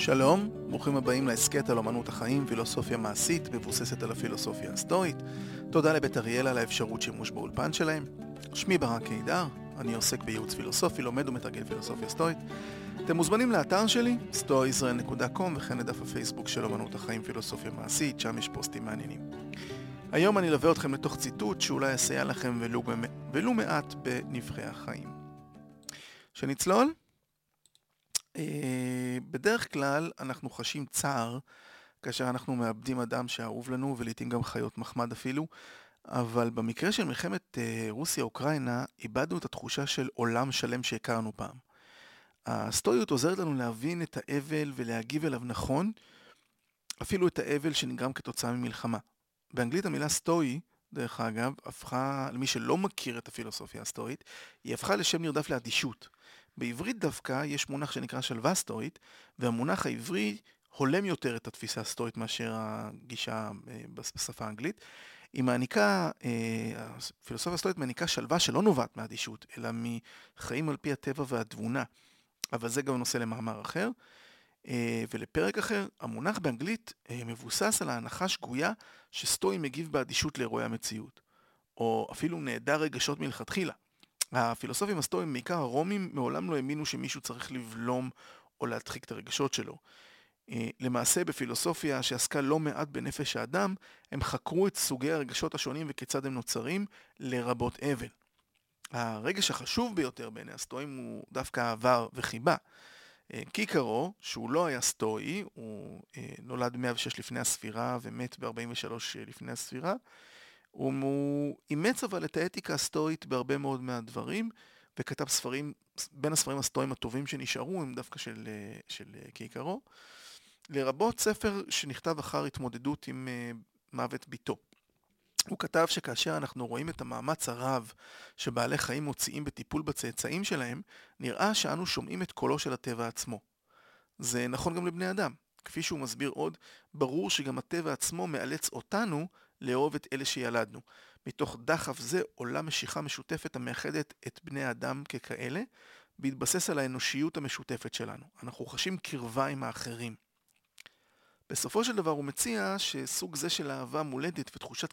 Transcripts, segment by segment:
שלום, ברוכים הבאים להסכת על אמנות החיים, פילוסופיה מעשית, מבוססת על הפילוסופיה הסטואית. תודה לבית אריאל על האפשרות שימוש באולפן שלהם. שמי ברק קידר, אני עוסק בייעוץ פילוסופי, לומד ומתרגל פילוסופיה סטואית. אתם מוזמנים לאתר שלי, stoaisrael.com, וכן לדף הפייסבוק של אמנות החיים, פילוסופיה מעשית, שם יש פוסטים מעניינים. היום אני אלווה אתכם לתוך ציטוט שאולי יסייע לכם ולו מעט בנבחי החיים. שנצלול? בדרך כלל אנחנו חשים צער כאשר אנחנו מאבדים אדם שאהוב לנו, ולעיתים גם חיות מחמד אפילו, אבל במקרה של מלחמת רוסיה-אוקראינה איבדנו את התחושה של עולם שלם שהכרנו פעם. הסטואיות עוזרת לנו להבין את האבל ולהגיב אליו נכון, אפילו את האבל שנגרם כתוצאה ממלחמה. באנגלית המילה סטואי, דרך אגב, הפכה, למי שלא מכיר את הפילוסופיה הסטואית, היא הפכה לשם נרדף לאדישות. בעברית דווקא יש מונח שנקרא שלווה סטואית, והמונח העברי הולם יותר את התפיסה הסטואית מאשר הגישה בשפה האנגלית. היא מעניקה, הפילוסופיה הסטואית מעניקה שלווה שלא נובעת מאדישות, אלא מחיים על פי הטבע והתבונה. אבל זה גם נושא למאמר אחר. ולפרק אחר, המונח באנגלית מבוסס על ההנחה שגויה שסטואי מגיב באדישות לאירועי המציאות, או אפילו נעדר רגשות מלכתחילה. הפילוסופים הסטואיים, בעיקר הרומים, מעולם לא האמינו שמישהו צריך לבלום או להדחיק את הרגשות שלו. למעשה, בפילוסופיה שעסקה לא מעט בנפש האדם, הם חקרו את סוגי הרגשות השונים וכיצד הם נוצרים, לרבות אבל. הרגש החשוב ביותר בעיני הסטואיים הוא דווקא אהבה וחיבה. קיקרו, שהוא לא היה סטואי, הוא נולד 106 לפני הספירה ומת ב-43 לפני הספירה, הוא אימץ אבל את האתיקה הסטואית בהרבה מאוד מהדברים, וכתב ספרים, בין הספרים הסטואיים הטובים שנשארו, הם דווקא של קיקרו, לרבות ספר שנכתב אחר התמודדות עם מוות ביתו. הוא כתב שכאשר אנחנו רואים את המאמץ הרב שבעלי חיים מוציאים בטיפול בצאצאים שלהם, נראה שאנו שומעים את קולו של הטבע עצמו. זה נכון גם לבני אדם. כפי שהוא מסביר עוד, ברור שגם הטבע עצמו מאלץ אותנו לאהוב את אלה שילדנו. מתוך דחף זה עולה משיכה משותפת המאחדת את בני האדם ככאלה, בהתבסס על האנושיות המשותפת שלנו. אנחנו חשים קרבה עם האחרים. בסופו של דבר הוא מציע שסוג זה של אהבה מולדת ותחושת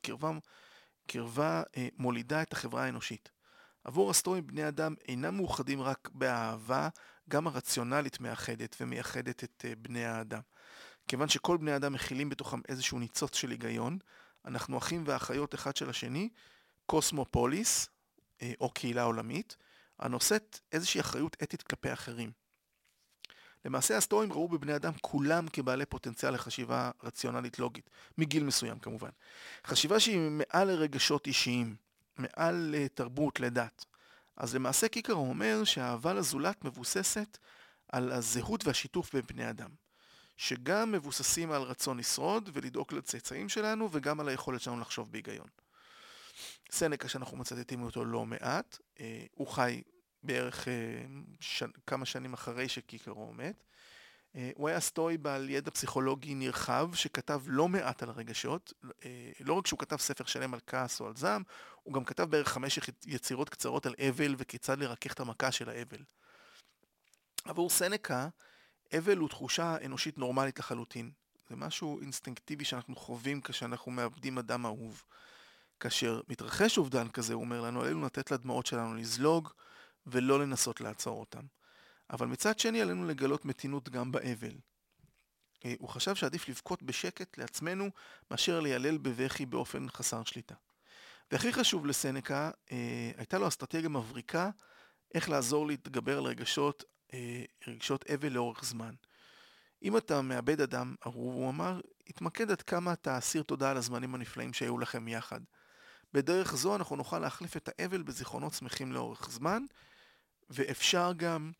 קרבה מולידה את החברה האנושית. עבור הסטואיים בני אדם אינם מאוחדים רק באהבה, גם הרציונלית מאחדת ומייחדת את בני האדם. כיוון שכל בני האדם מכילים בתוכם איזשהו ניצוץ של היגיון, אנחנו אחים ואחיות אחד של השני, קוסמופוליס או קהילה עולמית, הנושאת איזושהי אחריות אתית כלפי אחרים. למעשה הסטואיים ראו בבני אדם כולם כבעלי פוטנציאל לחשיבה רציונלית לוגית, מגיל מסוים כמובן. חשיבה שהיא מעל לרגשות אישיים, מעל תרבות, לדת. אז למעשה קיקרו אומר שהאהבה לזולת מבוססת על הזהות והשיתוף בין בני אדם, שגם מבוססים על רצון לשרוד ולדאוג לצאצאים שלנו, וגם על היכולת שלנו לחשוב בהיגיון. סנקה שאנחנו מצטטים אותו לא מעט, הוא חי בערך כמה שנים אחרי שקיקרו מת. הוא היה סטואי בעל ידע פסיכולוגי נרחב שכתב לא מעט על הרגשות. לא רק שהוא כתב ספר שלם על כעס או על זעם, הוא גם כתב בערך 5 יצירות קצרות על אבל וכיצד לרכך את המכה של האבל. עבור סנקה, אבל הוא תחושה אנושית נורמלית לחלוטין. זה משהו אינסטינקטיבי שאנחנו חווים כשאנחנו מאבדים אדם אהוב. כאשר מתרחש אובדן כזה, הוא אומר לנו, עלינו לתת לדמעות שלנו לזלוג ולא לנסות לעצור אותם. אבל מצד שני עלינו לגלות מתינות גם באבל. הוא חשב שעדיף לבכות בשקט לעצמנו מאשר לילל בבכי באופן חסר שליטה. והכי חשוב לסנקה, הייתה לו אסטרטגיה מבריקה איך לעזור להתגבר על רגשות אבל לאורך זמן. אם אתה מאבד אדם אהוב, הוא אמר, התמקד עד כמה אתה אסיר תודה על הזמנים הנפלאים שהיו לכם יחד. בדרך זו אנחנו נוכל להחליף את האבל בזיכרונות שמחים לאורך זמן, ואפשר גם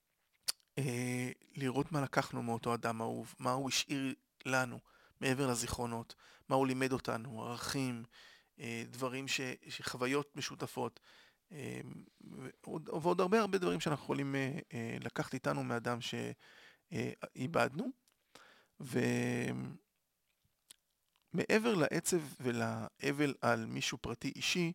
לראות מה לקחנו מאותו אדם אהוב, מה הוא השאיר לנו מעבר לזיכרונות, מה הוא לימד אותנו, ערכים, דברים שחוויות משותפות, ועוד הרבה דברים שאנחנו יכולים לקחת איתנו מאדם שאיבדנו. ומעבר לעצב ולאבל על מישהו פרטי אישי,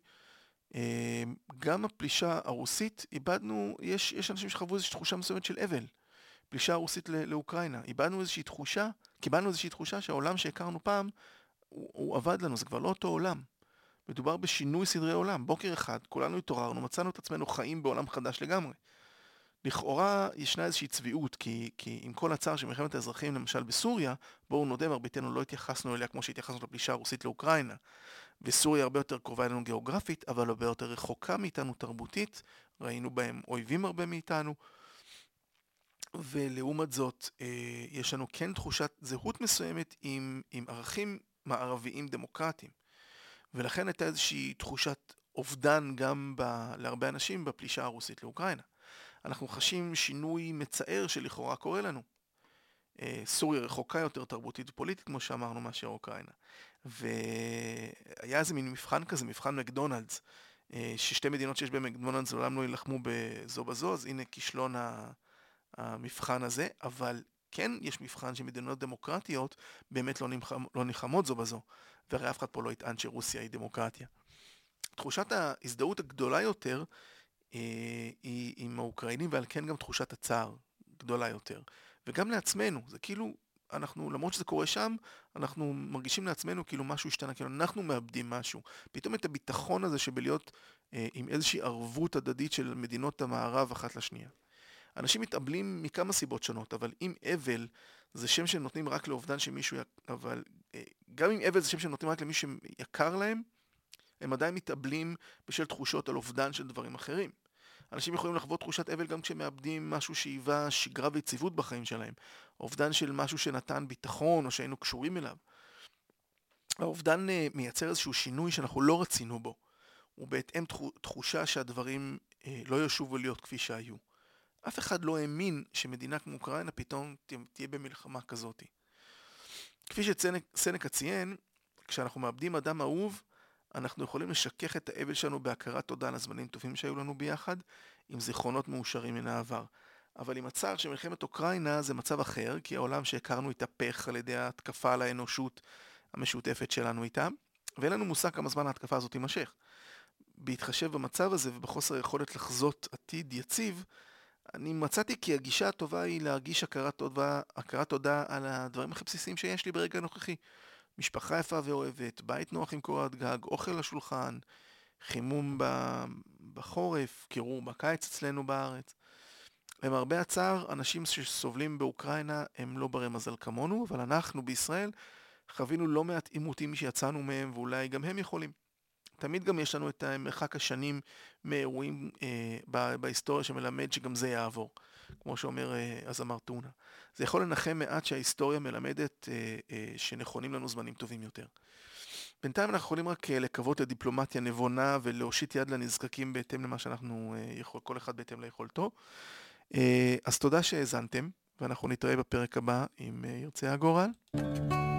גם הפלישה הרוסית איבדנו, יש אנשים שחוו איזושהי תחושה מסוימת של אבל. הפלישה הרוסית לאוקראינה. קיבלנו איזושהי תחושה שהעולם שהכרנו פעם, הוא עבד לנו, זה כבר לא אותו עולם. מדובר בשינוי סדרי עולם. בוקר אחד, כולנו התעוררנו, מצאנו את עצמנו חיים בעולם חדש לגמרי. לכאורה ישנה איזושהי צביעות, כי עם כל הצער של מלחמת האזרחים, למשל בסוריה, בואו נודה, מרביתנו לא התייחסנו אליה כמו שהתייחסנו לפלישה הרוסית לאוקראינה. וסוריה הרבה יותר קרובה אלינו גיאוגרפית, אבל הרבה יותר רחוקה מאיתנו תרבותית, ראינו בהם אויבים הרבה מאיתנו, ולעומת זאת, יש לנו כן תחושת זהות מסוימת עם ערכים מערביים דמוקרטיים. ולכן הייתה איזושהי תחושת אובדן גם להרבה אנשים בפלישה הרוסית לאוקראינה. אנחנו חשים שינוי מצער שלכאורה קורה לנו. סוריה רחוקה יותר תרבותית ופוליטית, כמו שאמרנו, מאשר אוקראינה. והיה איזה מין מבחן כזה, מבחן מקדונלדס, ששתי מדינות שיש בהן מקדונלדס לעולם לא ילחמו בזו בזו, אז הנה כישלון המבחן הזה, אבל כן יש מבחן שמדינות דמוקרטיות באמת לא נלחמות זו בזו, והרי אף אחד פה לא יטען שרוסיה היא דמוקרטיה. תחושת ההזדהות הגדולה יותר היא עם האוקראינים, ועל כן גם תחושת הצער גדולה יותר. וגם לעצמנו, זה כאילו, למרות שזה קורה שם, אנחנו מרגישים לעצמנו כאילו משהו השתנה, כאילו אנחנו מאבדים משהו. פתאום את הביטחון הזה שבלהיות עם איזושהי ערבות הדדית של מדינות המערב אחת לשנייה. אנשים מתאבלים מכמה סיבות שונות, אבל אם אבל זה שם שנותנים רק לאובדן שמישהו, אבל גם אם אבל זה שם שנותנים רק למי שיקר להם, הם עדיין מתאבלים בשל תחושות על אובדן של דברים אחרים. אנשים יכולים לחוות תחושת אבל גם כשהם מאבדים משהו שהיווה שגרה ויציבות בחיים שלהם. אובדן של משהו שנתן ביטחון או שהיינו קשורים אליו. האובדן מייצר איזשהו שינוי שאנחנו לא רצינו בו. ובהתאם תחושה שהדברים לא ישובו להיות כפי שהיו. אף אחד לא האמין שמדינה כמו אוקראינה פתאום תהיה במלחמה כזאת. כפי שסנקה ציין, כשאנחנו מאבדים אדם אהוב, אנחנו יכולים לשכך את האבל שלנו בהכרת תודה על הזמנים טובים שהיו לנו ביחד, עם זיכרונות מאושרים מן העבר. אבל עם הצער שמלחמת אוקראינה זה מצב אחר, כי העולם שהכרנו התהפך על ידי ההתקפה על האנושות המשותפת שלנו איתה, ואין לנו מושג כמה זמן ההתקפה הזאת תימשך. בהתחשב במצב הזה ובחוסר יכולת לחזות עתיד יציב, אני מצאתי כי הגישה הטובה היא להרגיש הכרת תודה על הדברים הכי בסיסיים שיש לי ברגע הנוכחי. משפחה יפה ואוהבת, בית נוח עם קורת גג, אוכל לשולחן, חימום בחורף, קירור בקיץ אצלנו בארץ. למרבה הצער, אנשים שסובלים באוקראינה הם לא ברי מזל כמונו, אבל אנחנו בישראל חווינו לא מעט עימותים שיצאנו מהם, ואולי גם הם יכולים. תמיד גם יש לנו את מרחק השנים מאירועים בהיסטוריה שמלמד שגם זה יעבור, כמו שאומר הזמר טונה. זה יכול לנחם מעט שההיסטוריה מלמדת שנכונים לנו זמנים טובים יותר. בינתיים אנחנו יכולים רק לקוות לדיפלומטיה נבונה ולהושיט יד לנזקקים בהתאם למה שאנחנו, כל אחד בהתאם ליכולתו. אז תודה שהאזנתם, ואנחנו נתראה בפרק הבא אם ירצה הגורל.